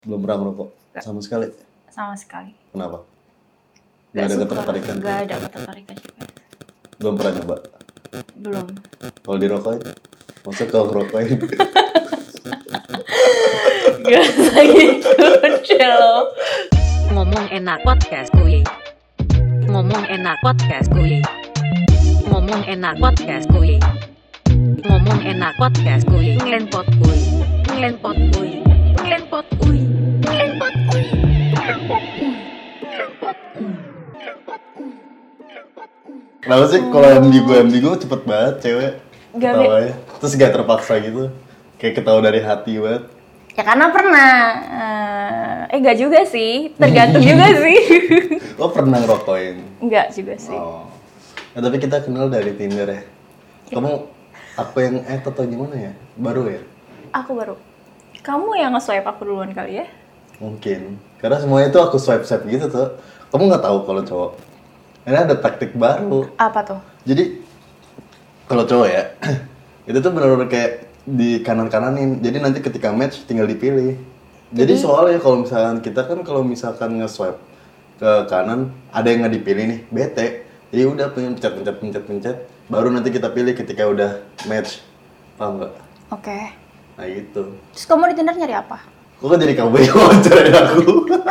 Belum pernah merokok? Nggak. Sama sekali? Sama sekali. Kenapa? Nggak ada ketertarikan? Nggak ada ketertarikan juga. Belum pernah nyoba? Belum. Kalau dirokokin? Maksudnya kalau ngerokokin? Gak usah gitu deh lo. Ngomong enak podcast kuy. Ngomong enak podcast kuy. Ngomong enak podcast kuy. Ngomong enak podcast kuy. Ngelenpot kuy. Ngelenpot kuy. Ngelenpot kuy. Ngelenpot kuy. Kenapa sih kalau MD gue cepet banget cewek ketawanya? Terus gak terpaksa gitu? Kayak ketawa dari hati banget? Ya karena pernah. Enggak juga sih. Tergantung juga sih. Lo pernah ngerokokin? Enggak juga sih. Oh. Nah, tapi kita kenal dari Tinder ya? Kamu aku yang atau gimana ya? Baru ya? Aku baru. Kamu yang nge-swipe aku duluan kali ya? Mungkin. Karena semuanya itu aku swipe-swipe gitu tuh. Kamu nggak tahu kalau cowok. Karena ada taktik baru. Apa tuh? Jadi kalau cowok ya, itu tuh benar-benar kayak di kanan-kananin. Jadi nanti ketika match tinggal dipilih. Jadi soalnya kalau misalkan kita kan kalau misalkan nge-swipe ke kanan, ada yang nggak dipilih nih, bete. Jadi udah pencet, baru nanti kita pilih ketika udah match. Paham nggak? Oke. Nah gitu. Terus kamu di Tinder nyari apa? Kok kan jadi kamu yang wawancarain aku?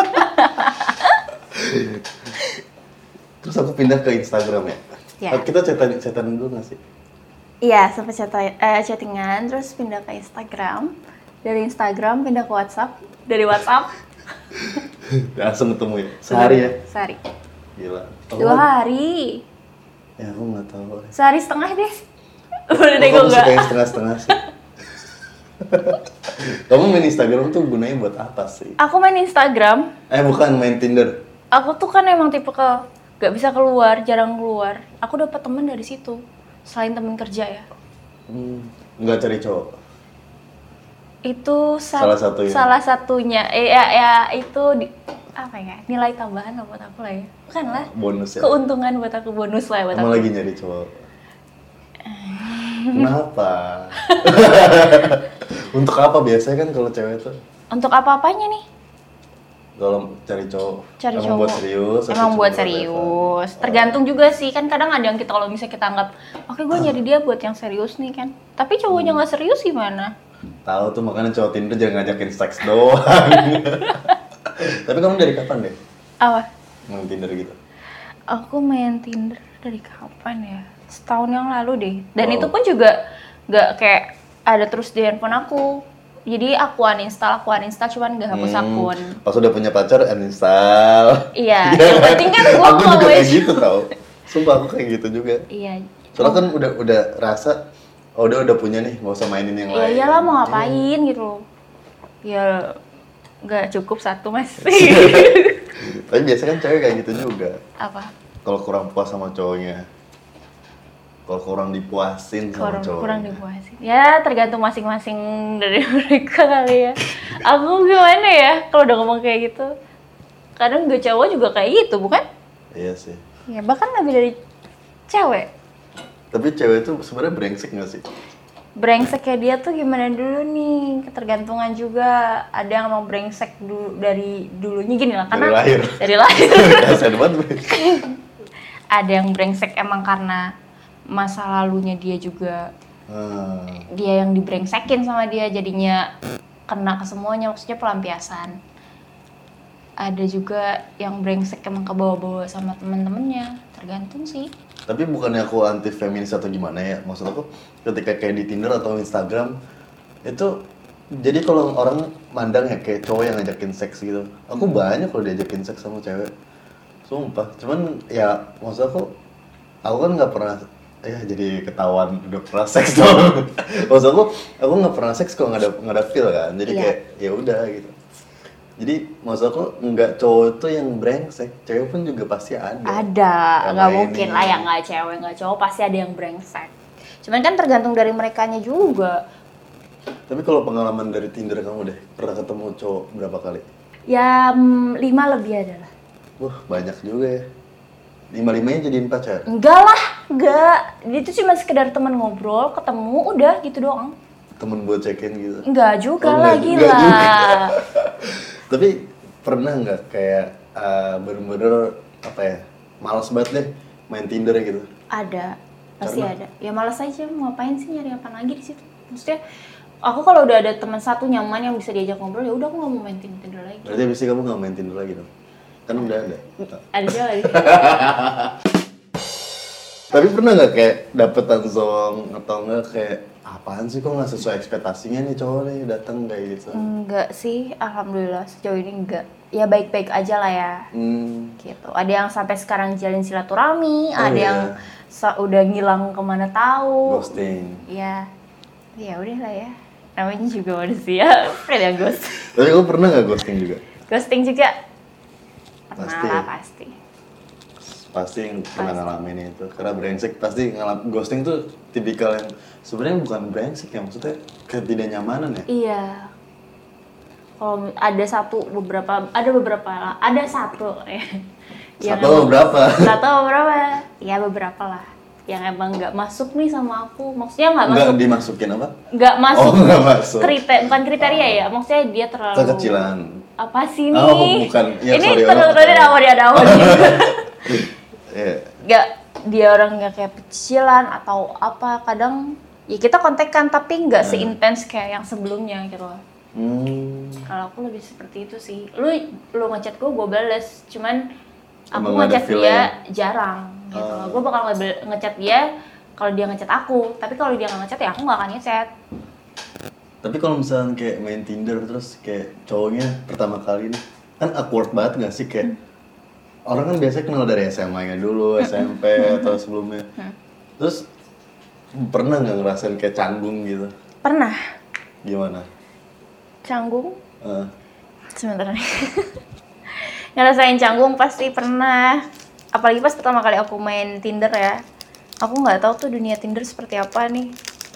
Terus aku pindah ke Instagram ya? Ya. Kita chatan dulu nggak sih? Iya, sampai chattingan, terus pindah ke Instagram. Dari Instagram pindah ke WhatsApp. Dari WhatsApp Langsung ketemu ya? Sehari ya? Sehari. Gila. 2 hari. Ya aku nggak tahu. Sehari setengah deh. Boleh deh Kamu gue suka yang enggak. setengah-setengah sih? Kamu main Instagram tuh gunanya buat apa sih? Aku main Instagram. Bukan main Tinder. Aku tuh kan emang tipe gak bisa keluar, jarang keluar. Aku dapat teman dari situ. Selain teman kerja ya. Nggak cari cowok. Itu Salah satunya. Salah satunya. Itu apa ya? Nilai tambahan lah buat aku lah ya. Bukan lah. Bonus ya? Keuntungan buat aku, bonus lah buat Kamu aku. lagi nyari cowok. Kenapa? Untuk apa biasanya kan kalau cewek tuh? Untuk apa-apanya nih? Kalau cari cowok, Cari emang cowok. buat serius? atau Emang cuma buat buat serius. Evan? Tergantung juga sih, kan kadang ada yang kalau misalnya kita anggap, oke gue nyari dia buat yang serius nih kan. Tapi cowoknya nggak serius gimana? Tahu tuh makanya cowok Tinder jangan ngajakin seks doang. Tapi kamu dari kapan deh Apa? main Tinder gitu? Aku main Tinder dari kapan ya? Setahun yang lalu deh. Dan Wow. itu pun juga nggak kayak ada terus di handphone aku. Jadi aku uninstall, cuman nggak hapus akun. Pas udah punya pacar, uninstall. Iya, yang penting kan gue Aku juga kayak always. gitu tau. Sumpah aku kayak gitu juga. Iya. Soalnya kan udah rasa, oh udah punya nih, nggak usah mainin yang Ya lain. iyalah mau ngapain gitu loh. Ya nggak cukup satu mas. Tapi biasa kan cewek kayak gitu juga. Apa? Kalau kurang puas sama cowoknya, kalau kurang dipuasin sama cowoknya. Kurang dipuasin. Ya tergantung masing-masing dari mereka kali ya. Aku gimana ya kalau udah ngomong kayak gitu. Kadang gue cowok juga kayak gitu bukan? Iya sih. Ya bahkan lebih dari cewek. Tapi cewek itu sebenarnya brengsek nggak sih? Brengseknya dia tuh gimana dulu nih, ketergantungan juga. Ada yang emang brengsek dari dulunya gini lah, karena dari lahir. Kasian banget. Ada yang brengsek emang karena masa lalunya dia juga, dia yang dibrengsekin sama dia, jadinya kena ke semuanya, maksudnya pelampiasan. Ada juga yang brengsek emang kebawa-bawa sama temen-temennya, tergantung sih. Tapi bukannya aku anti feminis atau gimana ya? Maksud aku ketika kayak di Tinder atau Instagram itu jadi kalau orang mandang ya kayak cowok yang ngajakin seks gitu. Aku banyak kalau diajakin seks sama cewek. Sumpah. Cuman ya maksud aku kan nggak pernah ya jadi ketahuan udah pernah seks dong. Maksud aku nggak pernah seks kalau nggak ada feel kan. Jadi Iya. kayak ya udah gitu. Jadi maksud aku nggak cowok tuh yang brengsek, cewek pun juga pasti ada. Ada, Yang nggak lain mungkin nih. lah yang nggak cewek nggak cowok pasti ada yang brengsek. Cuman kan tergantung dari merekanya juga. Tapi kalau pengalaman dari Tinder kamu deh, pernah ketemu cowok berapa kali? Ya 5 lebih ada lah. Wah banyak juga ya. 5-5-nya jadiin pacar? Enggak lah, enggak. Itu cuma sekedar teman ngobrol, ketemu, udah gitu doang. Temen buat check-in gitu? Enggak juga Oh, lah, enggak gila. juga. Tapi pernah nggak kayak bener-bener apa ya, malas banget deh main Tinder gitu? Ada, pasti Karena? ada. Ya malas aja, mau ngapain sih nyari apa lagi di situ? Maksudnya aku kalau udah ada teman satu nyaman yang bisa diajak ngobrol, ya udah aku nggak mau main Tinder lagi. Berarti abis kamu nggak main Tinder lagi dong? Kan udah ada. Ada juga lagi. Tapi pernah nggak kayak dapetan zong atau enggak kayak apaan sih kok nggak sesuai ekspektasinya nih cowok nih datang kayak gitu? Enggak sih, alhamdulillah sejauh ini enggak. Ya baik-baik aja lah ya. Gitu. Ada yang sampai sekarang jalin silaturahmi, ada iya. yang udah ngilang kemana tahu. Ghosting. Ya, ya udah lah ya. Namanya juga manusia, ya ghost. Tapi kamu pernah nggak ghosting juga? Ghosting juga pernah Pasti. lah pasti. Pasti yang pernah ngalamin itu. Karena brengsek pasti ghosting tuh tipikal yang sebenarnya bukan brengsek ya, maksudnya ketidaknyamanan ya. Iya. Kalau ada beberapa lah. Ada satu ya. Satu berapa? Satu beberapa? Ya beberapa lah. Yang emang nggak masuk nih sama aku. Maksudnya nggak masuk. Nggak dimasukin apa? Nggak masuk. Oh, nggak masuk. Bukan kriteria ya. Maksudnya dia terlalu. Kekecilan. Apa sih nih? Oh, bukan. Ya, ini sorry, terlalu ada awal gitu. Iya. Nggak, dia orangnya kayak pecicilan atau apa. Kadang ya kita kontekan tapi nggak seintens kayak yang sebelumnya gitu loh. Kalau aku lebih seperti itu sih. Lu ngechat gue bales. Cuman aku Emang ada ngechat feel dia ya? jarang gitu loh. Gue bakal ngechat dia kalau dia ngechat aku. Tapi kalau dia nggak ngechat ya aku nggak akan ngechat. Tapi kalau misalnya kayak main Tinder terus kayak cowoknya pertama kali nih, kan awkward banget nggak sih kayak orang kan biasanya kenal dari SMA-nya dulu, SMP atau sebelumnya. Terus pernah nggak ngerasain kayak canggung gitu? Pernah. Gimana? Canggung? Eh, Sebentar nih. Ngerasain canggung pasti pernah. Apalagi pas pertama kali aku main Tinder ya. Aku nggak tahu tuh dunia Tinder seperti apa nih.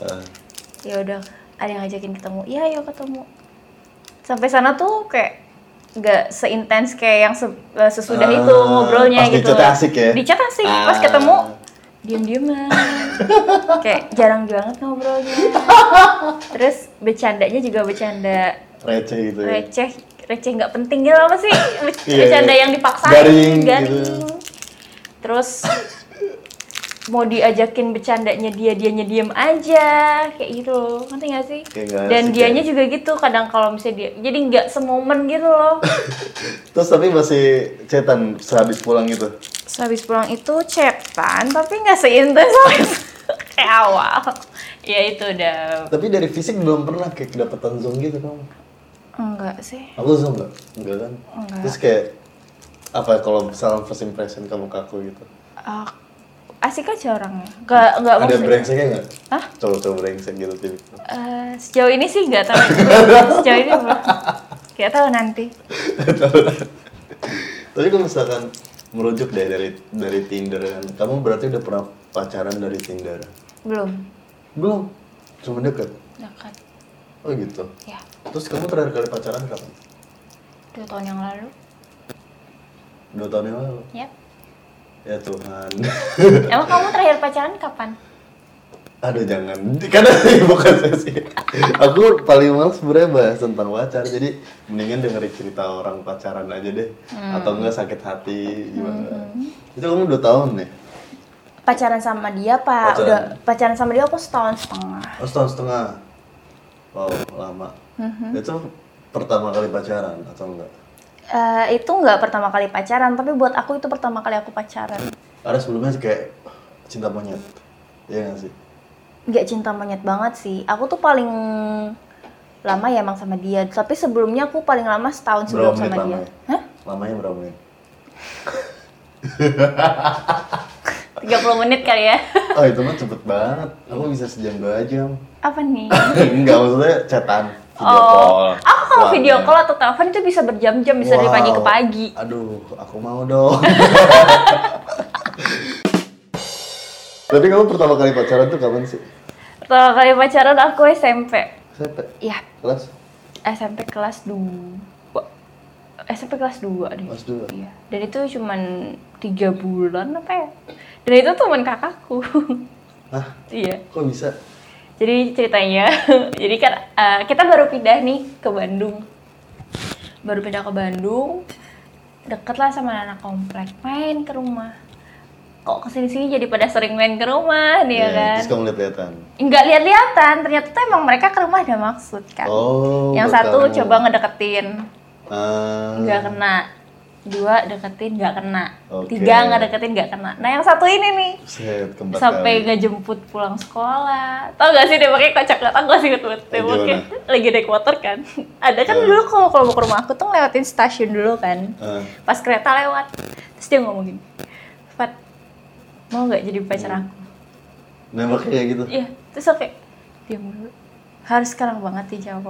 Ya udah, ada yang ngajakin ketemu. Iya, ayo ketemu. Sampai sana tuh kayak nggak seintens kayak yang sesudah itu ngobrolnya pas gitu. di chat asik ya? Di chat asik. Pas ketemu diem-dieman. Kayak jarang banget ngobrolnya. Terus bercandanya juga bercanda receh gitu ya? receh nggak penting gitu apa sih? Iya, Bercanda iya. yang dipaksain, Garing gitu. Terus mau diajakin bercandanya dianya diem aja kayak gitu, ngerti nggak sih? Kayak nggak Dan asik dianya ya? juga gitu kadang kalau misalnya dia jadi nggak semomen gitu loh. Terus tapi masih chatan sehabis pulang gitu? Habis pulang itu chatan tapi nggak seintens kayak awal. Ya itu udah Tapi dari fisik belum pernah kayak kedapetan zong gitu kamu? enggak sih. Aku zong nggak? Enggak kan? Enggak. Terus kayak apa kalau misalnya first impression kamu ke aku gitu? Asik aja orangnya. Enggak Ada maksudnya. brengseknya nggak? Hah? Cowok-cowok brengsek gitu tipik. Sejauh ini sih nggak tahu. Sejauh ini belum. Nggak tahu nanti. Tapi kalau misalkan merujuk deh dari Tinder kan, kamu berarti udah pernah pacaran dari Tinder? Belum. Belum? Cuma deket? Dekat. Oh gitu? Ya. Terus kamu terakhir kali pacaran kapan? 2 tahun yang lalu. 2 tahun yang lalu? Ya. Ya Tuhan. Emang kamu terakhir pacaran kapan? Aduh jangan, karena bukan saya sih. Aku paling males sebenarnya bahas tentang pacar, jadi mendingan dengerin cerita orang pacaran aja deh. Atau enggak sakit hati, gimana. Itu kamu 2 tahun nih? Pacaran sama dia, Pak. Pacaran. Udah pacaran sama dia aku 1,5 tahun. Oh, setahun setengah. Wow, lama. Itu pertama kali pacaran atau enggak? Itu nggak pertama kali pacaran, tapi buat aku itu pertama kali aku pacaran. Ada sebelumnya sih kayak cinta monyet, iya nggak sih? Nggak cinta monyet banget sih. Aku tuh paling lama ya emang sama dia. Tapi sebelumnya aku paling lama setahun sebelum Berapa sama menit dia. lamanya? Hah? Lamanya berapa menit? 30 menit kali ya. Oh itu mah cepet banget, aku bisa sejam 2 jam. Apa nih? Enggak, maksudnya chatan, video call. Aku kalau keluarga. video call atau telepon itu bisa berjam-jam, bisa dari pagi ke Wow. pagi. Aduh, aku mau dong. Tapi kamu pertama kali pacaran tuh kapan sih? Pertama kali pacaran aku SMP. SMP? Iya, Kelas? SMP kelas 2. SMP kelas 2 deh. Kelas 2? Iya. Dan itu cuman 3 bulan apa ya? Dan itu teman kakakku. Hah? Iya. Kok bisa? Jadi ceritanya, jadi kan kita baru pindah nih ke Bandung. baru pindah ke Bandung, deket lah sama anak komplek, main ke rumah. Kok kesini-sini jadi pada sering main ke rumah nih ya kan? Terus kamu lihat-lihatan? Enggak lihat-lihatan, ternyata tuh emang mereka ke rumah ada maksud kan. Yang satu coba ngedeketin, nggak kena. 2 deketin nggak kena, 3 nggak deketin nggak kena. Nah yang satu ini nih sampai ngejemput pulang sekolah. Tau gak sih dia pakai kocak banget? Aku masih inget banget. Dia pakai lagi naik motor kan. Ada kan dulu kalau mau ke rumah aku tuh lewatin stasiun dulu kan. Pas kereta lewat, terus dia ngomong gini, Fat, mau nggak jadi pacar aku? Nembak kayak gitu? Iya, terus aku kayak diam dulu. Harus sekarang banget dijawab.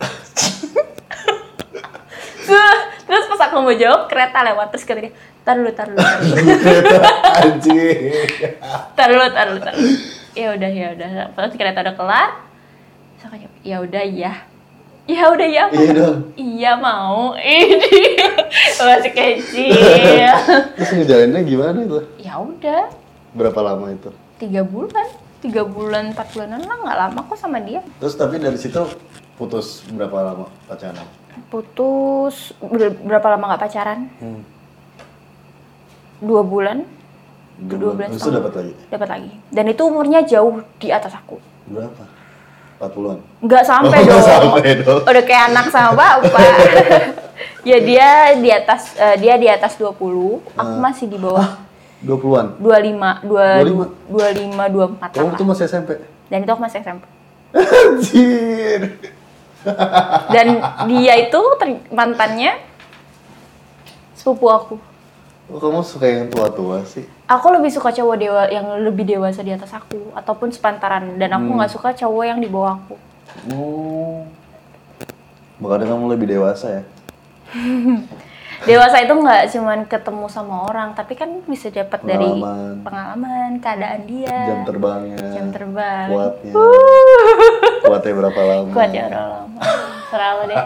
Terus pas aku mau jawab, kereta lewat, terus kata dia, tar dulu. Anjing. Tar dulu. Ya udah. Pas kereta udah kelar, terus aku jawab, ya udah ya. Iya dong. Iya mau. Ini masih kecil. Terus ngejalaninnya gimana itu? Ya udah. Berapa lama itu? 3 bulan, 4 bulanan lah, nggak lama kok sama dia. Terus tapi dari situ putus berapa lama pacaran? Putus berapa lama nggak pacaran? 2 bulan. 2 bulan. Terus dapat lagi? Dapat lagi. Dan itu umurnya jauh di atas aku. Berapa? 40-an? Nggak sampai dong. Udah kayak anak sama bapak. Ya dia di atas 20, aku masih di bawah. 20-an? 25, 24. Oh, itu masih SMP? Dan itu aku masih SMP. Anjir. Dan dia itu mantannya sepupu aku. Oh, kamu suka yang tua-tua sih? Aku lebih suka cowok yang lebih dewasa di atas aku ataupun sepantaran, dan aku nggak suka cowok yang di bawah aku. Oh. Makanya kamu lebih dewasa ya? Dewasa itu nggak cuman ketemu sama orang, tapi kan bisa dapat dari pengalaman, keadaan dia, jam terbang, kuatnya berapa lama? Kuatnya berapa lama? Selalu deh.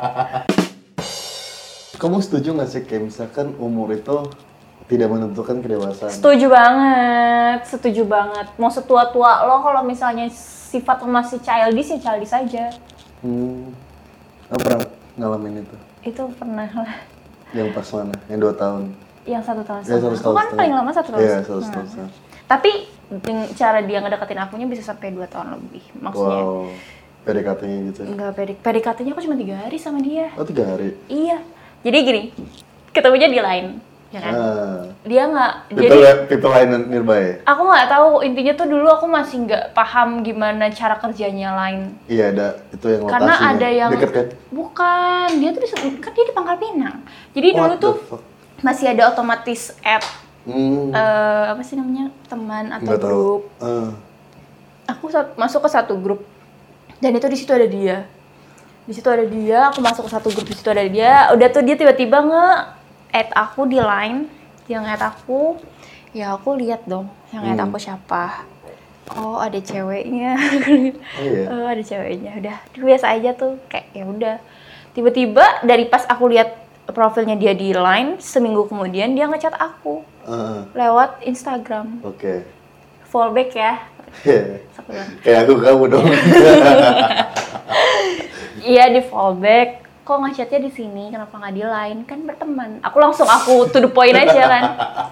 Kamu setuju nggak sih kayak misalkan umur itu tidak menentukan kedewasaan? Setuju banget. Mau setua-tua lo, kalau misalnya sifat lo masih childish aja. Aku pernah ngalamin itu. Itu pernah lah. Yang pas mana? Yang 2 tahun? Yang 1 tahun. Aku kan paling lama 1 tahun. Iya, 1 tahun. Tapi cara dia ngedeketin akunya bisa sampai 2 tahun lebih. Maksudnya. Wow. PDKT-nya gitu? Enggak, PDKT-nya aku cuma 3 hari sama dia. Oh, 3 hari? Iya. Jadi gini, ketemunya di Line, ya kan? Dia nggak. People Line nearby. Aku nggak tahu, intinya tuh dulu aku masih nggak paham gimana cara kerjanya Line. Iya, ada itu yang lokasinya. Karena ada yang deket kan? Bukan, dia tuh kan dia di Pangkal Pinang. Jadi dulu tuh masih ada otomatis app. Apa sih namanya, teman atau nggak grup. Aku masuk ke satu grup dan itu di situ ada dia. Aku masuk ke satu grup, di situ ada dia. Udah tuh dia tiba-tiba nge-add aku di Line, dia nge-add aku. Ya aku lihat dong, yang nge-add aku siapa. Oh, ada ceweknya. Oh, ada ceweknya. Udah, biasa aja tuh, kayak ya udah. Tiba-tiba dari pas aku lihat profilnya dia di Line, seminggu kemudian dia ngechat aku. Lewat Instagram. Oke. Fallback ya. Kayak kamu dong. Iya, di fallback. Kok ngechatnya di sini? Kenapa nggak di Line? Kan berteman. Aku to the point aja kan.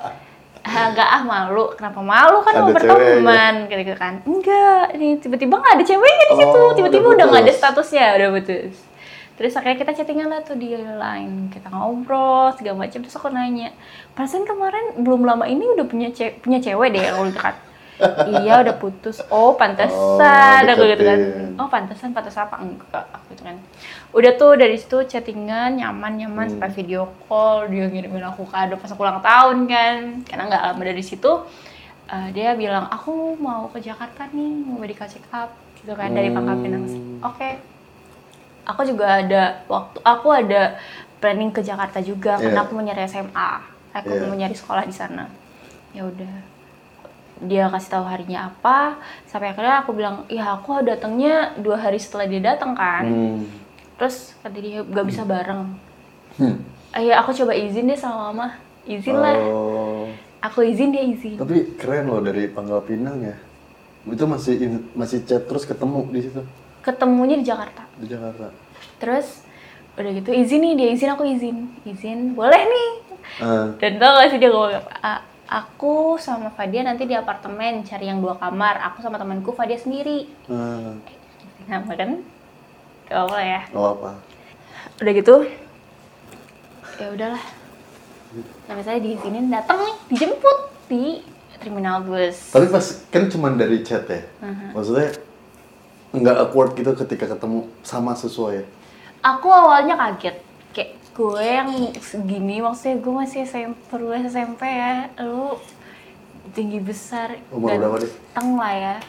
Malu. Kenapa malu, kan mau berteman gitu kan? Enggak, nih tiba-tiba nggak ada ceweknya di situ. Tiba-tiba udah nggak ada statusnya, udah putus. Terus akhirnya kita chattingan lah tuh di Line. Kita ngobrol segala macam. Terus aku nanya, perasaan kemarin belum lama ini udah punya cewek deh kalau dekat. Iya, udah putus. Oh, pantesan. Aku gitu kan. Oh, pantesan apa? Enggak, aku gitu kan. Udah tuh dari situ chattingan nyaman sampai video call. Dia ngirimin aku kado pas aku ulang tahun kan. Karena nggak lama dari situ dia bilang, aku mau ke Jakarta nih, mau medical check up gitu kan, dari Pangkal Pinang. Oke. Aku juga ada planning ke Jakarta juga karena aku mau nyari SMA. Aku mau nyari sekolah di sana. Ya udah. Dia kasih tahu harinya apa, sampai akhirnya aku bilang, ya aku datangnya 2 hari setelah dia datang kan. Terus kata dia gak bisa bareng. Ya aku coba izin deh sama mama, izin lah. Aku izin, dia izin. Tapi keren loh dari Pangkal Pinang ya. Itu masih chat terus ketemu di situ. Ketemunya di Jakarta. Di Jakarta. Terus Udah gitu izin nih, dia izin, aku izin boleh nih. Dan tau gak sih dia ngomong apa? Aku sama Fadia nanti di apartemen cari yang 2 kamar, aku sama temanku Fadia sendiri. Nah kan gak apa ya. Udah gitu ya udahlah, nah misalnya diizinin datang nih, dijemput di terminal bus. Tapi pas kan cuma dari chat ya, maksudnya nggak awkward gitu ketika ketemu sama sesuai. Aku awalnya kaget, kayak gue yang segini, maksudnya gue masih SMP ya, lu tinggi besar, umur berapa deh? Ganteng lah ya,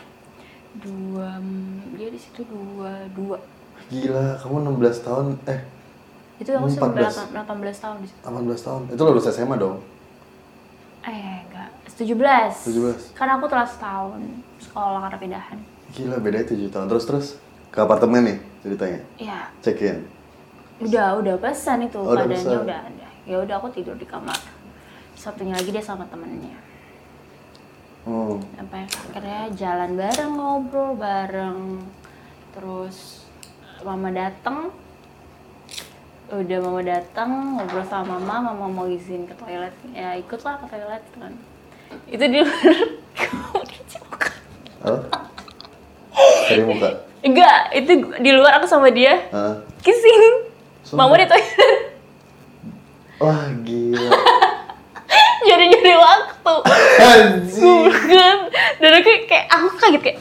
dia di situ 22. Gila, kamu 16 tahun, itu aku 18 tahun di situ. 18 tahun, itu lulus SMA dong? Enggak, 17. Karena aku telah setahun sekolah karena pindahan. Gila, bedanya 7 tahun. Terus ke apartemen nih ceritanya? Iya. Check-in? Udah pesan itu, keadaannya pesan. udah ada. Ya udah aku tidur di kamar. Satunya lagi dia sama temennya. Sampai akhirnya jalan bareng, ngobrol bareng. Terus mama datang. Udah mama datang, ngobrol sama mama mau izin ke toilet. Ya ikutlah ke toilet kan. Itu di luar kamu dicemukan. Dari muka? Enggak, itu di luar aku sama dia kissing. Mama di toilet. Wah gila. Nyari waktu. Bukan. Dan aku kaget kayak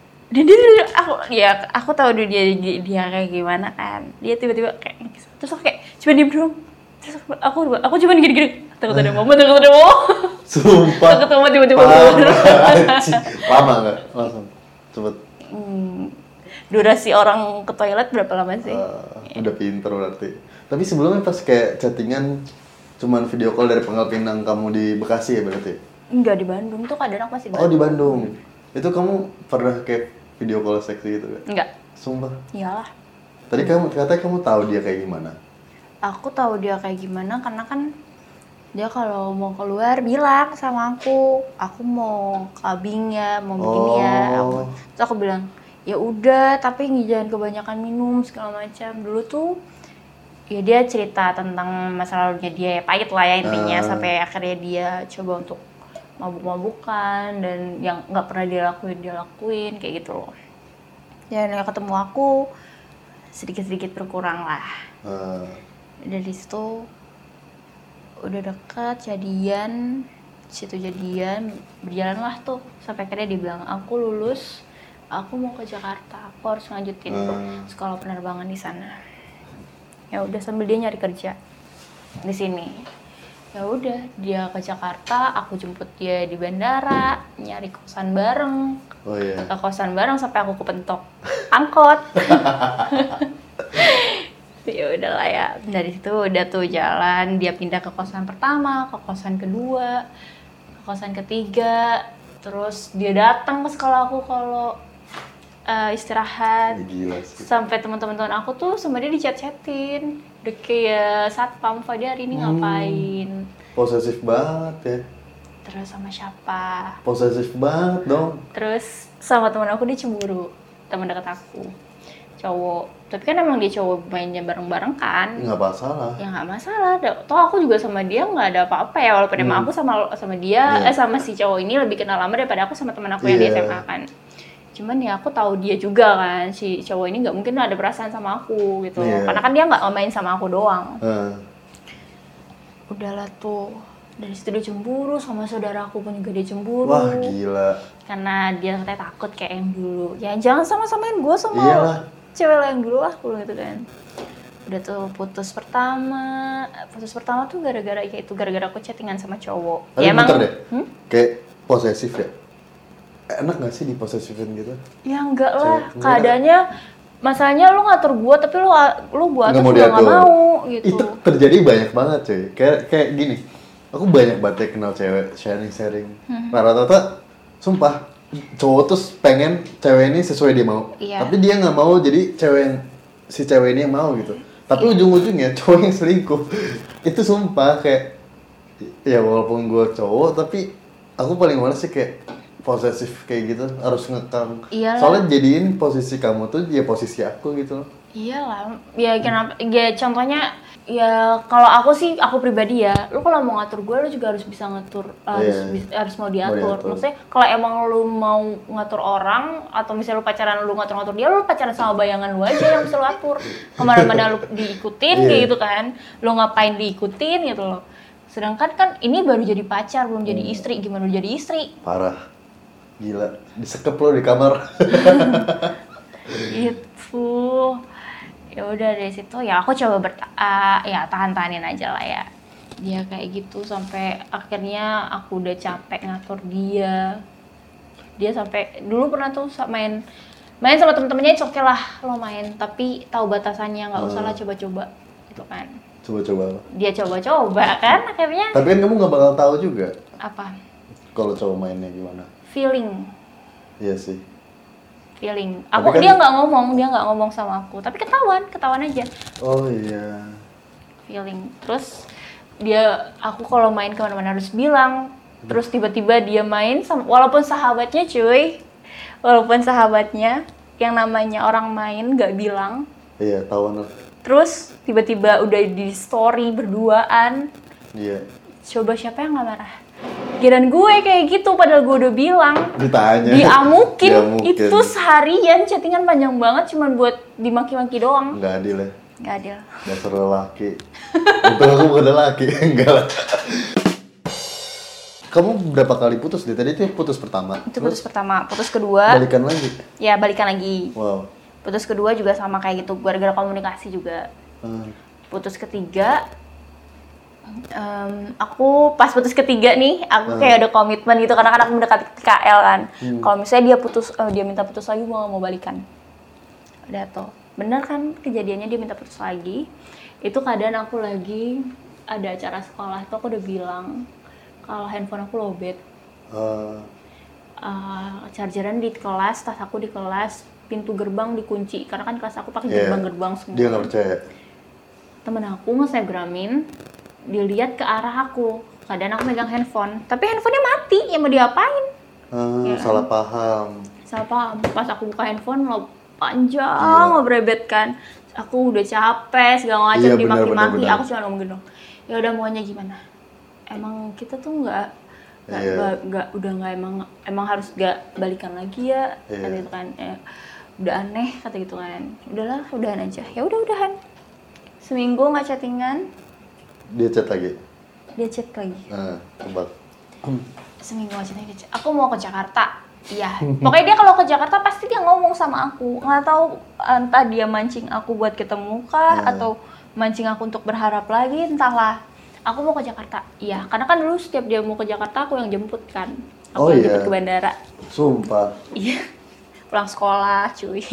aku tahu dia kayak gimana kan. Dia tiba-tiba kayak terus aku kayak cuma diem doang. Terus aku cuma gini-gini. Takut ada mama. Sumpah. Takut mama tiba-tiba lama nggak? Langsung cepet. Durasi orang ke toilet berapa lama sih? Udah pinter berarti. Tapi sebelumnya pas kayak chattingan cuman video call dari Pangkal Pinang, kamu di Bekasi ya berarti? Enggak, di Bandung tuh kadang aku masih di Bandung. Oh di Bandung. Itu kamu pernah kayak video call seksi gitu kan? Enggak. Sumpah? Iyalah. Tadi katanya kamu tahu dia kayak gimana? Aku tahu dia kayak gimana karena kan dia kalau mau keluar bilang sama aku mau clubbing ya, mau begini ya. Terus aku bilang, ya udah, tapi jangan kebanyakan minum segala macam. Dulu tuh ya dia cerita tentang masa lalunya dia, ya pahit lah ya intinya, sampai akhirnya dia coba untuk mabuk-mabukan dan yang nggak pernah dia lakuin kayak gitu loh. Dan ketemu aku sedikit berkurang lah. Dari situ udah deket, jadian, berjalanlah tuh sampai akhirnya dia bilang aku lulus, aku mau ke Jakarta, aku harus lanjutin sekolah penerbangan di sana. Ya udah sambil dia nyari kerja di sini. Ya udah dia ke Jakarta, aku jemput dia di bandara, nyari kosan bareng. Ke kosan bareng sampai aku kepentok angkot. Ya udahlah ya, dari situ udah tuh jalan, dia pindah ke kosan pertama, ke kosan kedua, ke kosan ketiga, terus dia datang ke sekolah aku kalau istirahat. Gila sih. Sampai teman-teman aku tuh sama dia di-chat-chatin, udah kayak satpam, Fadia hari ini ngapain. Posesif banget ya. Terus sama siapa? Posesif banget dong. Terus sama teman aku dia cemburu, teman dekat aku, cowok. Tapi kan emang dia cowok mainnya bareng-bareng kan? Nggak masalah. Ya nggak masalah. Toh aku juga sama dia nggak ada apa-apa ya. Walaupun emang aku sama dia, sama si cowok ini lebih kenal lama daripada aku sama teman aku yang di SMA kan. Cuman ya aku tahu dia juga kan, si cowok ini nggak mungkin ada perasaan sama aku gitu. Karena kan dia nggak main sama aku doang. Udahlah tuh. Dari situ dia cemburu, sama saudara aku pun juga dia cemburu. Wah gila. Karena dia katanya takut kayak yang dulu. Ya jangan sama-samain gue sama cewek lo yang dulu lah, gitu kan. Udah tuh putus pertama tuh gara-gara aku chattingan sama cowok. Tapi ya emang deh, kayak posesif ya? Enak gak sih diposesifin gitu? Ya enggak lah, keadaannya masalahnya lu ngatur gua tapi lu gua atur juga gak mau gitu. Itu terjadi banyak banget cuy, kayak gini. Aku banyak banget kenal cewek sharing. Rata-rata sumpah cowok tuh pengen cewek ini sesuai dia mau, tapi dia nggak mau, jadi si cewek ini yang mau gitu. Tapi ujung-ujungnya cowok yang selingkuh. Itu sumpah kayak, ya walaupun gue cowok, tapi aku paling males sih kayak posesif kayak gitu, harus ngekang. Soalnya jadiin posisi kamu tuh ya posisi aku gitu loh. Iyalah, ya kenapa? Ya contohnya, ya kalau aku sih, aku pribadi ya, lu kalau mau ngatur gue, lu juga harus bisa ngatur, harus mau diatur. Maksudnya kalau emang lu mau ngatur orang, atau misalnya lu pacaran lu ngatur-ngatur dia, lu pacaran sama bayangan lu aja yang bisa lu atur. Kemana-mana lu diikutin kayak gitu kan, lu ngapain diikutin gitu loh. Sedangkan kan ini baru jadi pacar, belum jadi istri, gimana lu jadi istri? Parah, gila, disekep lo di kamar. Itu. Ya udah dari situ ya aku coba ya tahan-tahanin aja lah ya. Dia kayak gitu sampai akhirnya aku udah capek ngatur dia. Dia sampai dulu pernah tuh main sama temen-temennya, oke lah lo main, tapi tahu batasannya, nggak usah lah coba-coba gitu kan. Coba-coba. Dia coba-coba kan akhirnya. Tapi kan kamu nggak bakal tahu juga. Apa? Kalau cowok mainnya gimana? Feeling. Iya sih. Feeling. Kan, dia nggak ngomong sama aku, tapi ketahuan aja. Oh iya. Feeling. Terus aku kalau main kemana-mana harus bilang. Terus tiba-tiba dia main sama, walaupun sahabatnya yang namanya orang main nggak bilang. Iya, tahuan lah. Terus tiba-tiba udah di story berduaan. Iya. Coba siapa yang nggak marah? Kirain gue kayak gitu, padahal gue udah bilang. Ditanya. Diamukin. Itu seharian chattingan panjang banget cuman buat dimaki-maki doang. Nggak adil ya? Nggak adil. Dasar lelaki. Untung aku bukan lelaki. Enggak lah. Kamu berapa kali putus deh? Tadi itu putus pertama. Itu putus pertama. Putus kedua. Balikan lagi? Ya, balikan lagi. Wow. Putus kedua juga sama kayak gitu, gara-gara komunikasi juga. Putus ketiga, aku pas putus ketiga nih, aku kayak ada komitmen gitu karena kan aku mendekati KL kan. Kalau misalnya dia minta putus lagi, gue gak mau balikan. Udah tuh, bener kan kejadiannya, dia minta putus lagi. Itu keadaan aku lagi ada acara sekolah, tuh aku udah bilang kalau handphone aku lowbat. Chargeran di kelas, tas aku di kelas, pintu gerbang dikunci karena kan kelas aku pakai gerbang-gerbang semua. Dia nggak percaya. Temen aku nge-snapgramin, dilihat ke arah aku, kadang aku megang handphone, tapi handphonenya mati, ya mau diapain? Salah paham. Pas aku buka handphone lo panjang ngebrebet kan, aku udah capek segala macam dimaki-maki, aku cuma ngomong gitu, ya udah maunya gimana? Emang kita tuh nggak emang harus nggak balikan lagi ya, kata gitu kan, udah aneh kata gitu kan, udahlah udahan aja, ya udahan. Seminggu nggak chattingan. Dia chat lagi? Dia chat lagi. Tebak. Seminggu nggak chattingan, aku mau ke Jakarta. Iya. Pokoknya dia kalau ke Jakarta pasti dia ngomong sama aku. Nggak tahu entah dia mancing aku buat ketemu kah atau mancing aku untuk berharap lagi, entahlah. Aku mau ke Jakarta. Iya, karena kan dulu setiap dia mau ke Jakarta aku yang jemput kan. Aku yang jemput ke bandara. Sumpah. Iya. Pulang sekolah, cuy.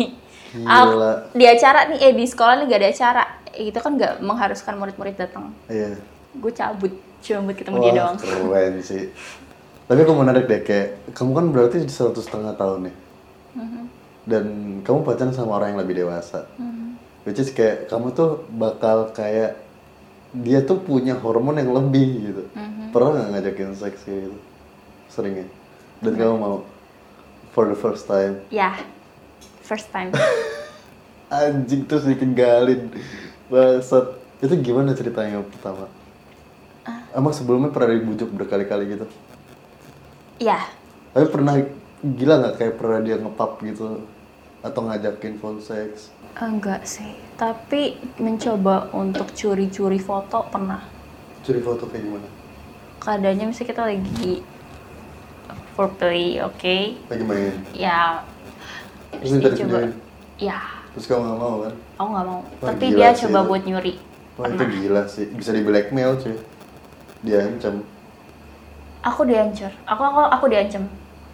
Di acara nih, di sekolah nih gak ada acara. Itu kan gak mengharuskan murid-murid datang. Iya. Gue cabut, cuma buat ketemu dia doang. Keren sih. Tapi aku menarik deh, kayak kamu kan berarti 1,5 tahun nih. Dan kamu pacaran sama orang yang lebih dewasa. Which is kayak kamu tuh bakal kayak dia tuh punya hormon yang lebih gitu. Pernah gak ngajakin seks gitu? Sering ya? Dan kamu mau? For the first time? Ya, first time. Anjing, terus ditinggalin. Bangsat. Itu gimana ceritanya pertama? Emang sebelumnya pernah dibujuk berkali-kali gitu? Iya. Tapi pernah gila gak kayak pernah dia nge-pub gitu? Atau ngajakin phone sex? Enggak sih, tapi mencoba untuk curi-curi foto pernah. Curi foto kayak gimana? Keadaannya misalnya kita lagi foreplay, oke? Lagi main? Ya. Terus minta ditunjukin? Ya. Terus kamu gak mau kan? Aku gak mau, tapi dia coba buat nyuri. Wah itu gila sih, bisa di blackmail cuy. Dia ancam. Aku diancur, aku diancam.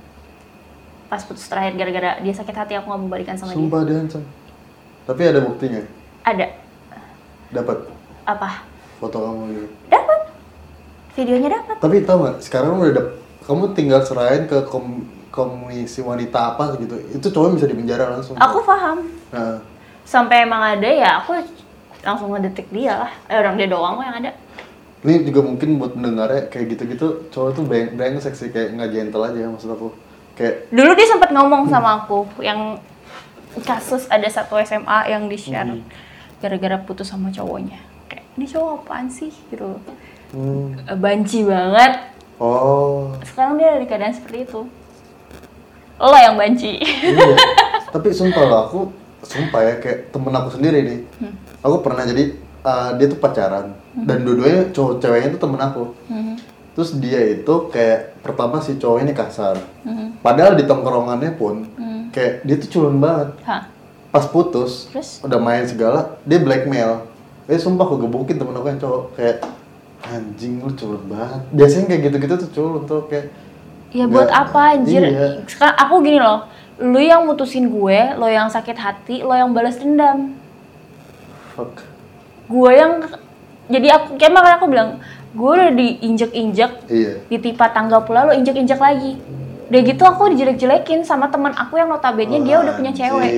Pas putus terakhir gara-gara dia sakit hati, aku gak mau balikan sama dia. Sumpah diancam. Tapi ada buktinya? Ada. Dapat? Apa? Foto kamu gitu? Dapat. Videonya dapat. Tapi tau gak, sekarang kamu tinggal serahin ke komisi wanita apa gitu, itu cowok bisa dipenjara langsung. Aku paham. Nah. Sampai emang ada ya, aku langsung ngedetek dia lah. Orang dia doang kok yang ada. Ini juga mungkin buat mendengarnya kayak gitu-gitu, cowok tuh brengsek sih, kayak nggak gentle aja maksud aku. Kayak dulu dia sempat ngomong sama aku yang kasus ada satu SMA yang di-share gara-gara putus sama cowoknya. Kayak, ini cowok apaan sih gitu. Banci banget. Oh. Sekarang dia ada di keadaan seperti itu. Lo yang banci. Iya. Tapi sumpah loh, sumpah ya, kayak temen aku sendiri nih. Aku pernah jadi, dia tuh pacaran. Dan dua-duanya cowok ceweknya tuh temen aku. Terus dia itu kayak, pertama si cowoknya ini kasar. Padahal di tongkrongannya pun, kayak dia tuh culun banget. Pas putus, terus? Udah main segala, dia blackmail. Sumpah aku gebukin temen aku yang cowok. Kayak, anjing lu culun banget. Biasanya kayak gitu-gitu tuh culun tuh kayak. Ya buat apa anjir? Iya. Sekarang aku gini loh, lu yang mutusin gue, lo yang sakit hati, lo yang balas dendam. Fuck. Gue yang, jadi aku, kayak makanya aku bilang, gue udah diinjek-injek, ditimpa tangga pula, lo injek-injek lagi. Udah gitu aku dijelek-jelekin sama teman aku yang notabene dia udah punya cewek.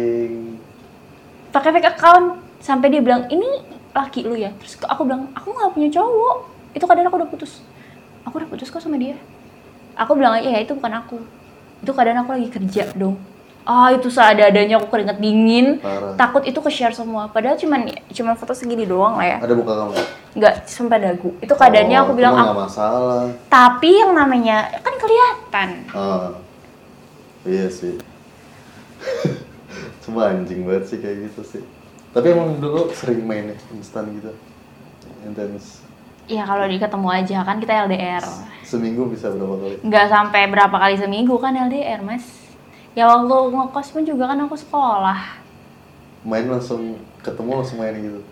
Pakai fake account, sampai dia bilang, ini laki lu ya? Terus aku bilang, aku gak punya cowok. Itu kadang aku udah putus. Aku udah putus kok sama dia. Aku bilang aja, ya itu bukan aku. Itu keadaan aku lagi kerja dong. Itu seada-adanya aku keringet dingin. Parah. Takut itu ke-share semua. Padahal cuman foto segini doang lah ya. Ada muka kamu? Enggak, sampai dagu. Itu keadaannya aku bilang nggak masalah. Tapi yang namanya kan kelihatan. Iya sih. Cuma anjing banget sih kayak gitu sih. Tapi emang dulu sering main instan gitu. Intens. Ya kalau ketemu aja kan kita LDR. Seminggu bisa berapa kali? Nggak sampai berapa kali seminggu kan LDR, Mas. Ya waktu ngekos pun juga kan aku sekolah. Main langsung ketemu langsung main gitu.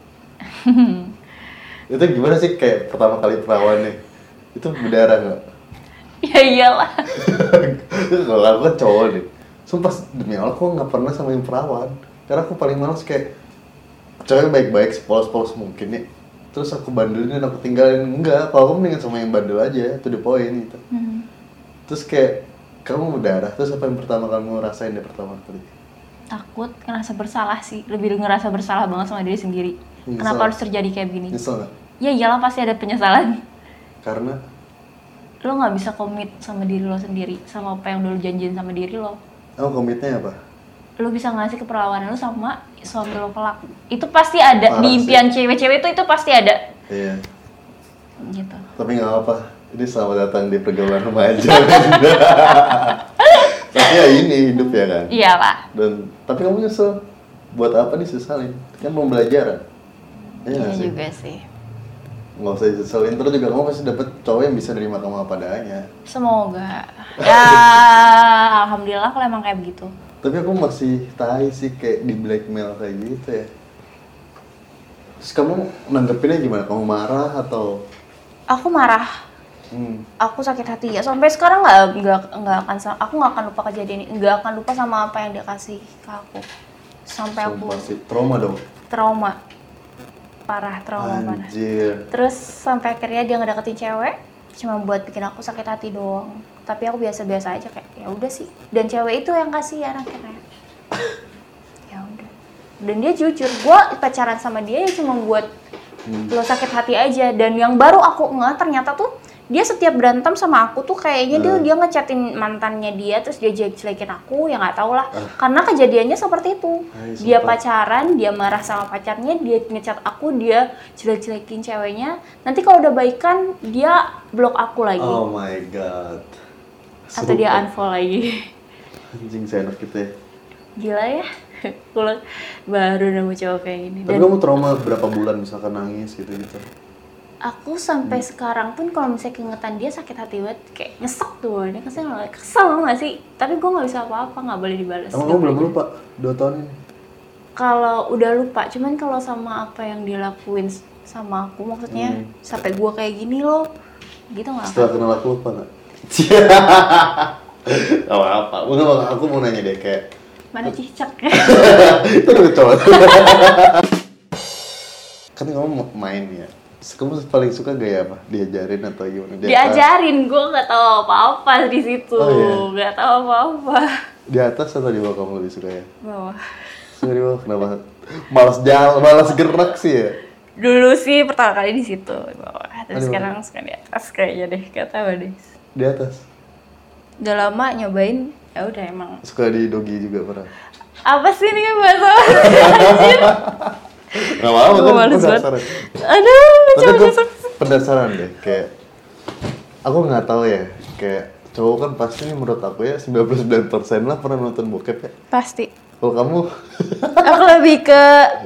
Itu gimana sih kayak pertama kali perawannya? Itu berdarah nggak? Ya iyalah. Kalau aku kan cowok nih. Sumpah demi Allah aku nggak pernah sama yang perawan. Karena aku paling males kayak cewek baik-baik sepolos-polos mungkin ya. Terus aku bandelin dan aku tinggalin. Enggak, kalau aku mendingan sama yang bandel aja, to the point gitu. Terus kayak, kamu berdarah, terus apa yang pertama kamu rasain deh pertama kali? Takut, ngerasa bersalah sih. Lebih ngerasa bersalah banget sama diri sendiri. Kenapa harus terjadi kayak begini? Nyesel gak? Ya iyalah pasti ada penyesalan. Karena? Lo gak bisa komit sama diri lo sendiri, sama apa yang dulu janjiin sama diri lo. Komitnya apa? Lo bisa ngasih keperawanan lo sama suami lo kelak. Itu pasti ada. Parah di impian cewek-cewek itu pasti ada. Iya. Gitu. Tapi nggak apa. Ini selamat datang di pergaulan remaja. Tapi ya ini hidup ya kan. Iyalah. Tapi kamu nyesel. Buat apa disesalin? Kan pembelajaran. Iya juga sih. Nggak usah disesalin. Terus juga kamu pasti dapet cowok yang bisa nerima kamu apa adanya. Semoga. Ya alhamdulillah kalau emang kayak begitu. Tapi aku masih tahu sih kayak di blackmail kayak gitu ya. Terus kamu nanggepinnya gimana? Kamu marah atau? Aku marah. Aku sakit hati ya. Sampai sekarang aku nggak akan lupa kejadian ini. Nggak akan lupa sama apa yang dia kasih ke aku. Sampai aku. Trauma dong. Trauma. Parah, trauma parah. Terus sampai akhirnya dia ngedeketin cewek. Cuma buat bikin aku sakit hati doang. Tapi aku biasa-biasa aja kayak ya udah sih. Dan cewek itu yang kasihan akhirnya. Ya udah. Dan dia jujur, gua pacaran sama dia ya cuma buat lo sakit hati aja. Dan yang baru aku ternyata tuh dia setiap berantem sama aku tuh kayaknya dia ngechatin mantannya dia terus dia jelek-jelekin aku, ya nggak tahu lah. Karena kejadiannya seperti itu. Dia pacaran, dia marah sama pacarnya, dia ngechat aku, dia jelek-jelekin ceweknya. Nanti kalau udah baikan dia blok aku lagi. Oh my god. Atau dia unfollow lagi. Anjing seenak gitu ya. Gila ya. Pulang baru nemu cowok kayak gini. Tapi kamu trauma berapa bulan misalkan nangis gitu-gitu? Aku sampai sekarang pun kalau misalnya keingetan dia sakit hati banget, kayak nyesek tuh, dia kesel nggak sih? Tapi gue nggak bisa apa-apa, nggak boleh dibalas. Emang kamu belum lupa 2 tahun ini? Kalau udah lupa, cuman kalau sama apa yang dilakuin sama aku, maksudnya sampai gue kayak gini loh, gitu nggak? Setelah kenal aku lupa nggak? Apa? Aku mau nanya deh kayak. Mana cicak? Itu udah cowok. Kan kamu main ya. Kamu paling suka gaya apa? Diajarin atau gimana? Diajarin, gue nggak tahu apa-apa di situ, nggak tahu apa-apa. Di atas atau di bawah kamu lebih suka ya? Bawah. Suka di bawah, kenapa? Malas gerak sih ya? Dulu sih pertama kali di situ, di bawah. Terus sekarang suka di atas kayaknya deh, nggak tahu deh. Di atas? Udah lama nyobain, ya udah emang. Suka di dogi juga pernah? Apa sih ini bahasa? Gak apa-apa Gua kan males banget. penasaran. Aduh, Tapi coba gue penasaran deh, kayak aku nggak tahu ya, kayak cowok kan pasti menurut aku ya 99% lah pernah nonton bokep ya. pasti. Kalau kamu Aku lebih ke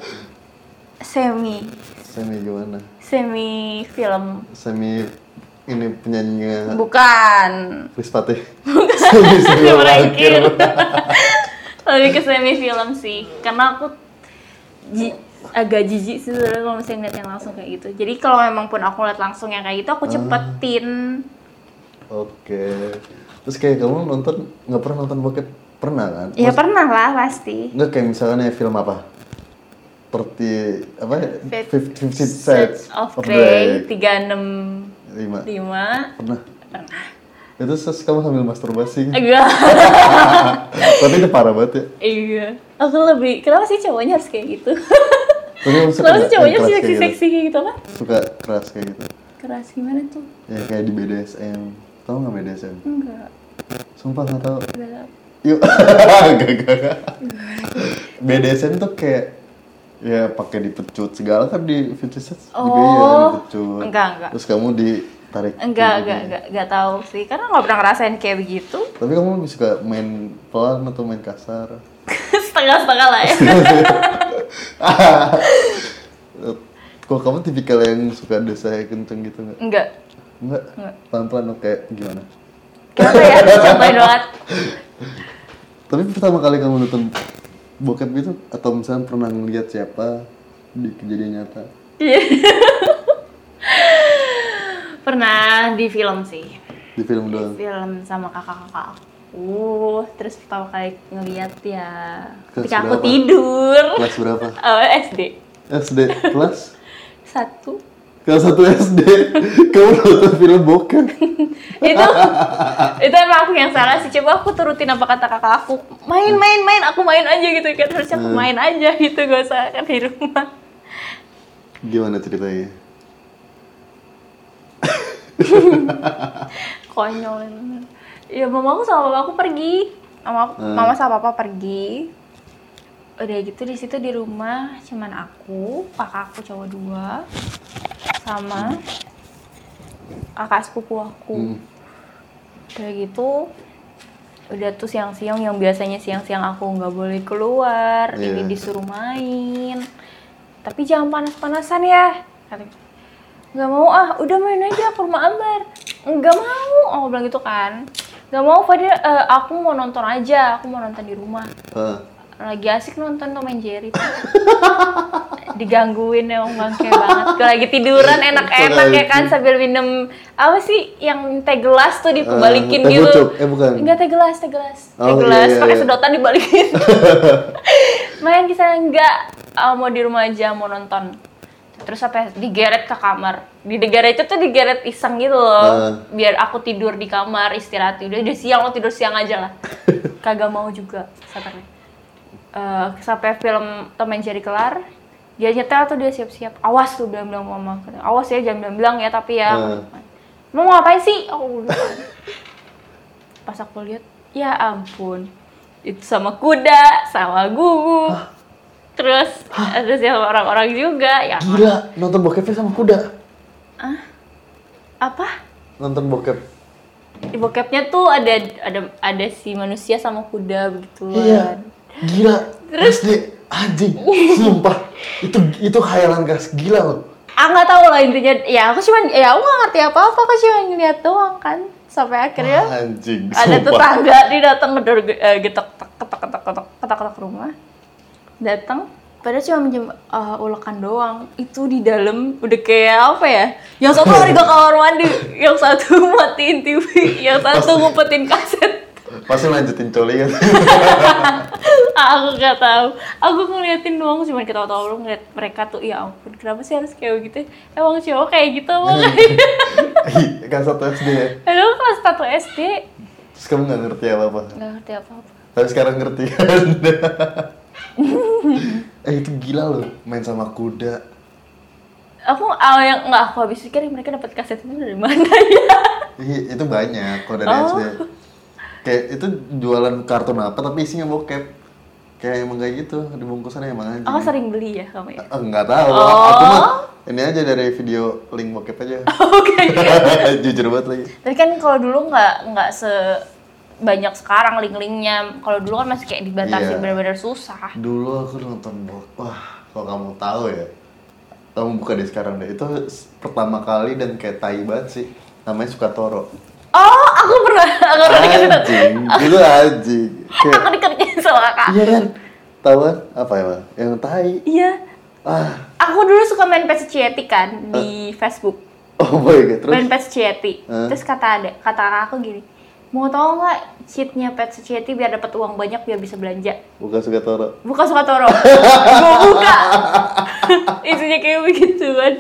semi gimana? film. Semi ini penyanyinya Bukan. Chris Patih. Semi berakhir. Lebih ke semi film sih, karena aku agak jijik sih sebenarnya kalau misalnya ngeliat yang langsung kayak gitu. Jadi kalau memang pun aku lihat langsung yang kayak gitu, aku cepetin. Oke. Terus kayak kamu nggak pernah nonton bokep? Pernah kan? Ya pernah lah pasti. Nggak kayak misalnya film apa? Seperti apa? 50 Shades of Grey 365. Pernah. Itu terus kamu sambil masturbasi? Enggak. Tapi itu parah banget ya. Iya. Aku lebih, kenapa sih cowoknya harus kayak gitu? Tapi kamu suka Kenapa sih nggak cowoknya yang harus keras kayak gitu? seksi-seksi kayak gitu kan? Suka keras kayak gitu? Keras gimana tuh? Ya kayak di BDSM. Tahu nggak BDSM? Enggak. Sumpah nggak tahu. Enggak. Yuk. Gak. BDSM tuh kayak ya pakai dipecut segala kan di 50 Shades juga ya dipecut. Enggak. Terus kamu ditarik. Enggak tahu sih. Karena nggak pernah ngerasain kayak begitu. Tapi kamu lebih suka main pelan atau main kasar? Setengah-setengah lah ya. Kok kamu tipikal yang suka desa kenceng gitu nggak? Enggak. Enggak? Pelan-pelan oke gimana? Kenapa ya? Contohin banget. Tapi pertama kali kamu nonton bokep gitu atau misalnya pernah ngeliat siapa di kejadian nyata? Iya. Pernah di film sih. Di film doang? Film sama kakak-kakak aku. Terus pertama kali ngeliat ya Kelas ketika aku berapa? tidur. Kelas berapa? SD. SD kelas? 1. Kelas 1 SD. Kamu nonton film bokep? itu emang aku yang salah sih. Coba aku turutin apa kata kakak aku. Main, aku main aja gitu kan. Harusnya aku main aja gitu, gak usah kan di rumah. Gimana ceritanya? Konyol. Ya mama aku sama papa aku pergi. Mama sama papa pergi. Udah gitu di situ di rumah cuman aku, kakak aku cowok 2 sama kakak sepupu aku. Udah gitu udah tuh siang-siang yang biasanya siang-siang aku nggak boleh keluar, ini disuruh main. Tapi jangan panas-panasan ya. Katanya. Nggak mau udah main aja ke rumah Ambar. Nggak mau, aku bilang gitu kan. Nggak mau Fadil, aku mau nonton aja, aku mau nonton di rumah. Lagi asik nonton Tom and Jerry tuh. Digangguin emang bangke banget. Gue lagi tiduran enak-enak ya kan sambil minum apa sih yang teh gelas tuh dibalikin teh gitu. Bucuk. Bukan. Enggak teh gelas. Oh, Teh gelas iya. pakai sedotan dibalikin. Main kisah enggak mau di rumah aja mau nonton. Terus apa digeret ke kamar. Digeret itu tuh digeret iseng gitu loh. Biar aku tidur di kamar istirahat. Udah siang lo tidur siang aja lah. Kagak mau juga satarnya. Sampai film Tom and Jerry kelar, dia nyetel tuh dia siap-siap. Awas tuh bilang mama, awas ya jangan bilang ya tapi ya. Mau ngapain sih? Aku bilang. Pas aku lihat, ya ampun, itu sama kuda, sama gugu, terus ada sama orang-orang juga. Ya. Gila, nonton bokepnya sama kuda? Apa? Nonton bokep? Di bokepnya tuh ada si manusia sama kuda begitu. Iya. Gila, terus anjing, sumpah, itu khayalan gas gila loh. Nggak tahu lah intinya, ya aku nggak ngerti apa-apa, aku cuma ngeliat doang kan, sampai akhirnya anjing, ada sumpah. tetangga dia datang ngedor ketok rumah, datang, padahal cuma minjem ulekan doang, itu di dalam udah kayak apa ya, yang satu lari ke kamar mandi, yang satu matiin TV, yang satu ngumpetin kaset. Pasti lanjutin coli kan? Aku nggak tahu. Aku ngeliatin doang, cuma ketawa-tawa ngeliat mereka tuh. Ya ampun, kenapa sih harus kayak gitu? Emang cowok kayak gitu makanya. Kan 1 SD ya? Aduh, kelas 1 SD. Terus kamu nggak ngerti apa-apa? Nggak ngerti apa-apa. Tapi sekarang ngerti kan? Itu gila loh, main sama kuda. Aku aku habis pikir mereka dapat kaset itu dari mana ya? Itu banyak kalau dari SD. Kayak itu jualan kartun apa tapi isinya bokep. Kayak emang kayak gitu, di bungkusannya emang anjing. Oh sering beli ya kamu ya? Enggak tahu, aku mah ini aja dari video link bokep aja. Oke. Jujur banget lagi. Tapi kan kalau dulu nggak sebanyak sekarang link-linknya. Kalau dulu kan masih kayak dibatasi benar-benar susah. Dulu aku nonton wah kalau kamu tahu ya, kamu buka deh sekarang deh. Itu pertama kali dan kayak tai banget sih. Namanya Sukatoro. Oh, aku pernah diketin. Anjing, dulu anjing. Aku diketin sama kakak. Iya kan? Tahu kan? Apa ya, Bang? Yang tai. Iya. Aku dulu suka main Pet Society kan di Facebook. Oh boy, terus? Main Pet Society. Terus kata kakak aku gini, mau tau nggak cheatnya Pet Society biar dapat uang banyak biar bisa belanja? Buka Sukatoro. Buka Sukatoro. Gue buka. Isinya kayak begituan.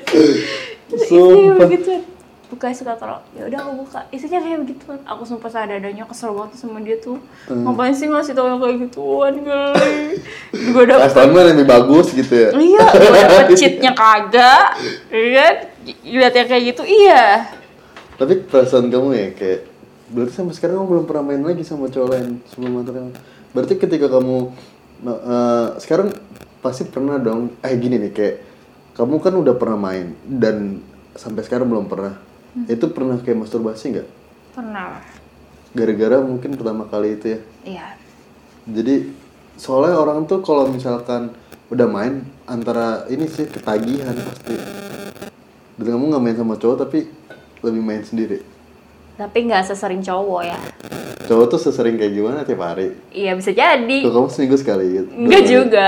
Isinya begituan. Buka Sukatoro. Ya udah aku buka. Isinya kayak begituan. Aku sumpah seadanya kesel banget sama dia tuh. Ngapain sih ngasih tau yang kayak gituan kali. Gue dapet Customer lebih bagus gitu ya. Iya, gue dapet cheatnya kagak. Iya, lihat yang kayak gitu, iya. Tapi perasaan kamu ya kayak berarti sampai sekarang kamu belum pernah main lagi sama cowok lain sebelum mantan kamu. Berarti ketika kamu sekarang pasti pernah dong. Gini nih kayak kamu kan udah pernah main dan sampai sekarang belum pernah. Itu pernah kayak masturbasi nggak? Pernah. Gara-gara mungkin pertama kali itu ya. Iya. Jadi soalnya orang tuh kalau misalkan udah main antara ini sih ketagihan pasti. Dan kamu nggak main sama cowok tapi lebih main sendiri. Tapi nggak sesering cowok ya. Cowok tuh sesering kayak gimana tiap hari? Iya bisa jadi. Tuh kamu seminggu sekali gitu? Enggak juga.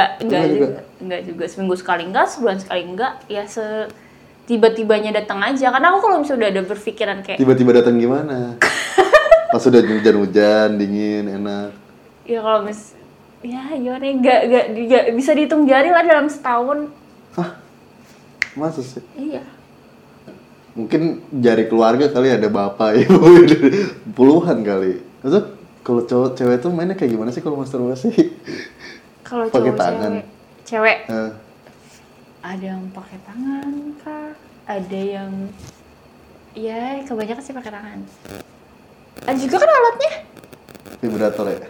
Seminggu sekali enggak, sebulan sekali enggak. Ya tiba-tibanya datang aja. Karena aku kalau misalnya udah ada berpikiran kayak tiba-tiba datang gimana? Pas udah hujan-hujan, dingin, enak. Ya kalau ya gimana ya, nggak bisa dihitung jari lah dalam setahun. Hah? Masa sih? Iya. Mungkin jari keluarga kali ada bapak, ibu, puluhan kali. Terus kalau cowok cewek tuh mainnya kayak gimana sih kalau masturbasi? Kalau pakai cowok tangan. Cewek. Ada yang pakai tangan kah? Ada yang ya kebanyakan sih pakai tangan. Ada juga kan alatnya? Vibrator ya?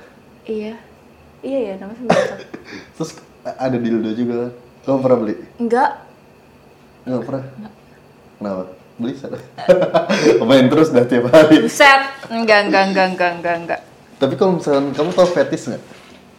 Iya ya namanya vibrator. Terus ada dildo juga kan? Kamu pernah beli? Enggak Pernah? Enggak. Kenapa? Beli sana? Main terus dah tiap hari? Buset. Enggak. Tapi kalau misalkan kamu tau fetish nggak?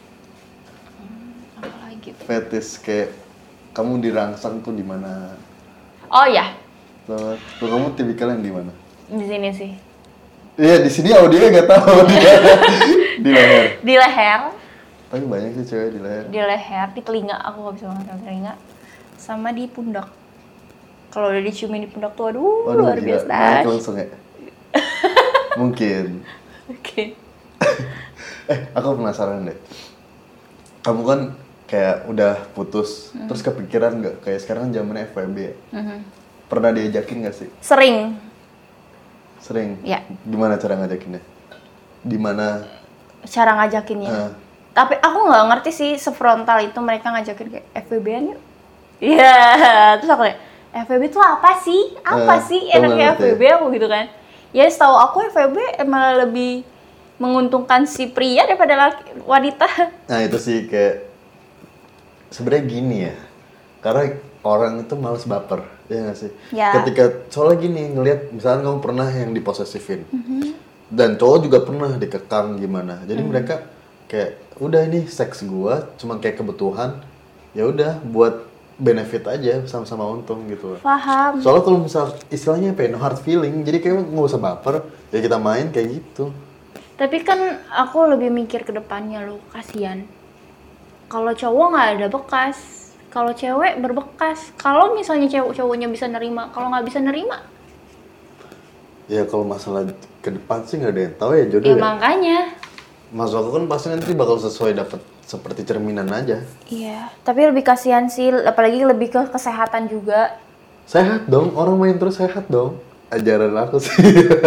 Apa lagi tuh? Fetish kayak kamu dirangsang tuh di mana? Oh ya. Tuh kamu tipikal yang di mana? Di sini sih. Iya di sini audionya nggak tahu di leher. Di leher. Tapi banyak sih cewek di leher. Di leher, di telinga. Aku nggak bisa ngomong telinga. Sama di pundak. Kalau udah diciumin di pundak tuh, aduh luar biasa. Naik langsung ya? Mungkin. Oke. Aku penasaran deh. Kamu kan kayak udah putus, terus kepikiran nggak? Kayak sekarang zamannya FWB ya? Pernah diajakin nggak sih? Sering. Ya. Gimana cara ngajakinnya? Di mana? Cara ngajakinnya. Tapi aku nggak ngerti sih sefrontal itu mereka ngajakin kayak FWB-an yuk. Iya, terus aku kayak FWB itu apa sih? Apa sih enaknya FWB aku gitu kan? Ya setahu aku FWB malah lebih menguntungkan si pria daripada wanita. Nah itu sih kayak sebenarnya gini ya, karena orang itu malas baper, ya nggak sih? Ya. Ketika soalnya gini ngelihat, misalnya kamu pernah yang diposesifin, dan cowok juga pernah dikekang gimana, jadi mereka kayak udah ini seks gua, cuma kayak kebutuhan, ya udah buat benefit aja sama-sama untung gitu. Paham. Soalnya kalau misal istilahnya apa ya, no hard feeling, jadi kayak nggak usah baper, ya kita main kayak gitu. Tapi kan aku lebih mikir ke depannya loh, kasihan. Kalau cowok nggak ada bekas, kalau cewek berbekas. Kalau misalnya cowoknya bisa nerima, kalau nggak bisa nerima, ya kalau masalah ke depan sih nggak ada yang tahu ya jodoh ya. Makanya. Maksud aku kan pasti nanti bakal sesuai dapet seperti cerminan aja. Iya, tapi lebih kasihan sih, apalagi lebih ke kesehatan juga. Sehat dong, orang main terus sehat dong. Ajaran aku sih.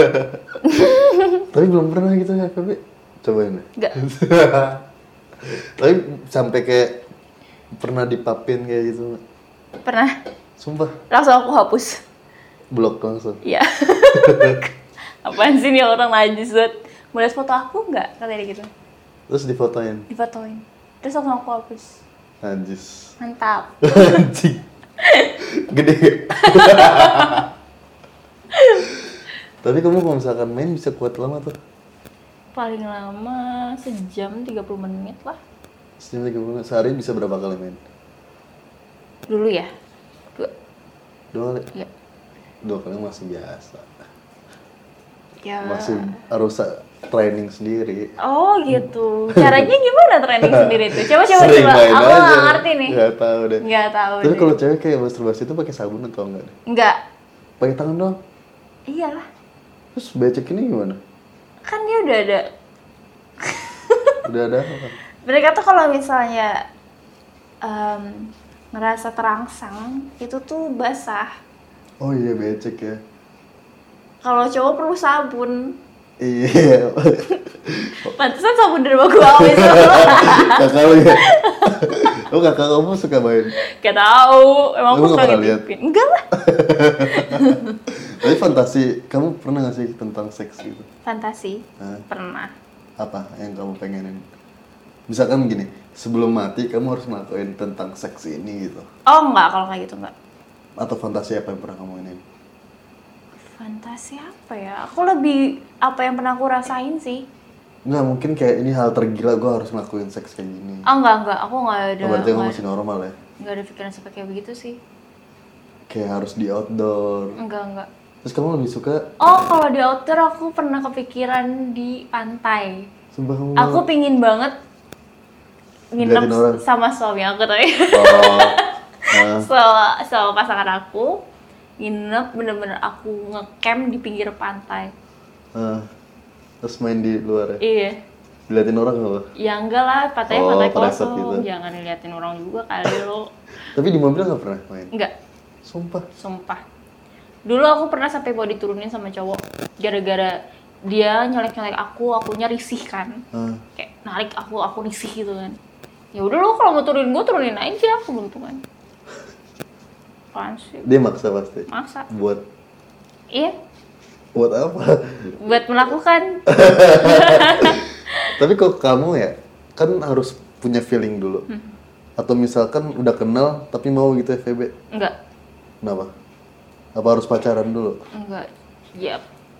Tapi belum pernah gitu ya, tapi cobain. Enggak. Tapi sampai kayak pernah dipapin kayak gitu. Pernah. Sumpah. Langsung aku hapus. Blok langsung. Iya. Apaan sih nih orang najis banget. Mau lihat foto aku nggak? Katanya gitu. Terus difotoin? Difotoin. Terus langsung aku hapus. Anjis. Mantap. Anjing. Gede. Tapi kamu kalau misalkan main bisa kuat lama tuh? Paling lama sejam 30 menit lah. Sejam 30 menit. Sehari bisa berapa kali main? Dulu ya? 2 kali? Iya. 2 kali masih biasa. Ya. Masih harus training sendiri. Oh gitu. Caranya gimana training sendiri tuh? Coba. Sering main Aku aja. nggak ngerti nih. Nggak tahu deh. Nggak tahu Tapi deh. kalau cewek kayak masturbasi itu pakai sabun atau enggak? Nggak. Pakai tangan doang. Iyalah. Terus becek ini gimana? Kan dia udah ada. Udah ada apa? Mereka tuh kalau misalnya ngerasa terangsang itu tuh basah. Oh iya becek ya. Kalau cowok perlu sabun. Iya. Pantesan sabun dari gua habis. Kakak lu ya? Oh kakak kamu suka main? Gak tahu, emang Kamu aku nggak suka pernah lihat? ngintipin. Enggak lah. Tapi fantasi, kamu pernah gak sih tentang seks gitu? Fantasi, Hah? pernah. Apa yang kamu pengenin? Misalkan gini, sebelum mati kamu harus ngelakuin tentang seks ini gitu. Oh enggak, kalau kayak gitu enggak. Atau fantasi apa yang pernah kamu ingin? Fantasi apa ya? Aku lebih apa yang pernah aku rasain sih. Nggak, mungkin kayak ini hal tergila gue harus ngelakuin seks kayak gini. Oh enggak, aku enggak ada. Oh, berarti kamu enggak, masih normal ya? enggak ada pikiran sampai kayak begitu sih. Kayak harus di outdoor. Enggak. Terus kamu lebih suka? Oh, kalau di outdoor aku pernah kepikiran di pantai. Sumpah kamu? Aku pingin banget nginep Diliatin orang? sama suami aku tapi Oh. sama pasangan aku nginep bener-bener aku ngecamp di pinggir pantai. Terus main di luar ya? Iya. Diliatin orang nggak lo? Ya enggak lah, pantai Oh, pantai private kosong. gitu. Jangan diliatin orang juga kali lo. Tapi di mobil nggak pernah main? Enggak, Sumpah. sumpah. Dulu aku pernah sampai mau diturunin sama cowok gara-gara dia nyelek-nyelek akunya risih kan. Kayak narik aku risih gitu kan. Ya udah lo kalau mau turunin gue turunin aja, aku buntungan. Apaan sih? Dia maksa pasti. Maksa. Buat Iya, apa? buat melakukan. Tapi kok kamu ya, kan harus punya feeling dulu. Atau misalkan udah kenal tapi mau gitu FVB. Enggak, Kenapa? Apa harus pacaran dulu? enggak. Ya.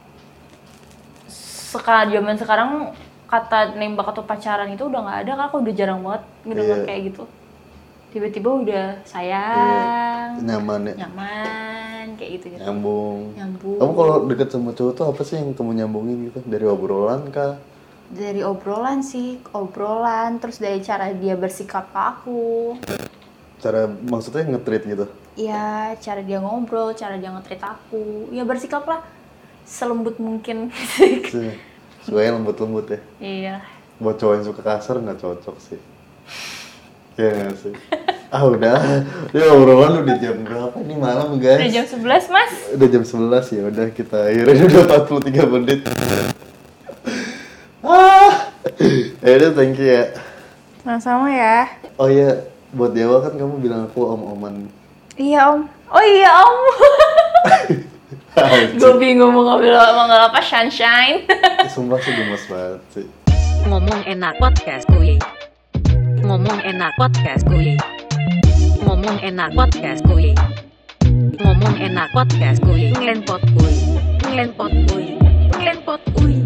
Zaman sekarang kata nembak atau pacaran itu udah nggak ada, kan aku udah jarang banget ngedengar Iya. kayak gitu. Tiba-tiba udah sayang, Nyaman ya? nyaman, kayak gitu. Nyambung. Nyambung. Kamu kalau deket sama cowok tuh apa sih yang kamu nyambungin gitu? Dari obrolan kah? Dari obrolan sih, terus dari cara dia bersikap ke aku. Cara maksudnya nge-treat gitu? Ya, cara dia ngobrol, cara dia nge-treat aku. Ya bersikaplah selembut mungkin. Sukanya lembut-lembut ya? Iya. Buat cowok yang suka kasar nggak cocok sih. Iya nggak sih? Udah. Ini obrolan udah jam berapa nih malam guys? Udah jam 11, Mas. Udah jam 11 ya, udah kita akhirin udah 43 menit. Ya udah, thank you ya. Sama-sama ya. Oh iya, buat Dewa kan kamu bilang aku om-oman. Iya, Om. Oh iya, Om. Gue bingung mau ngambil apa, sunshine. Sumpah sih gemes banget sih. Ngomong enak podcast kuy. Ngomong enak podcast kuy. Ngomong enak podcast kuy. Ngomong enak podcast kuy. Ngelenpot kuy. Ngelenpot kuy. Ngelenpot kuy.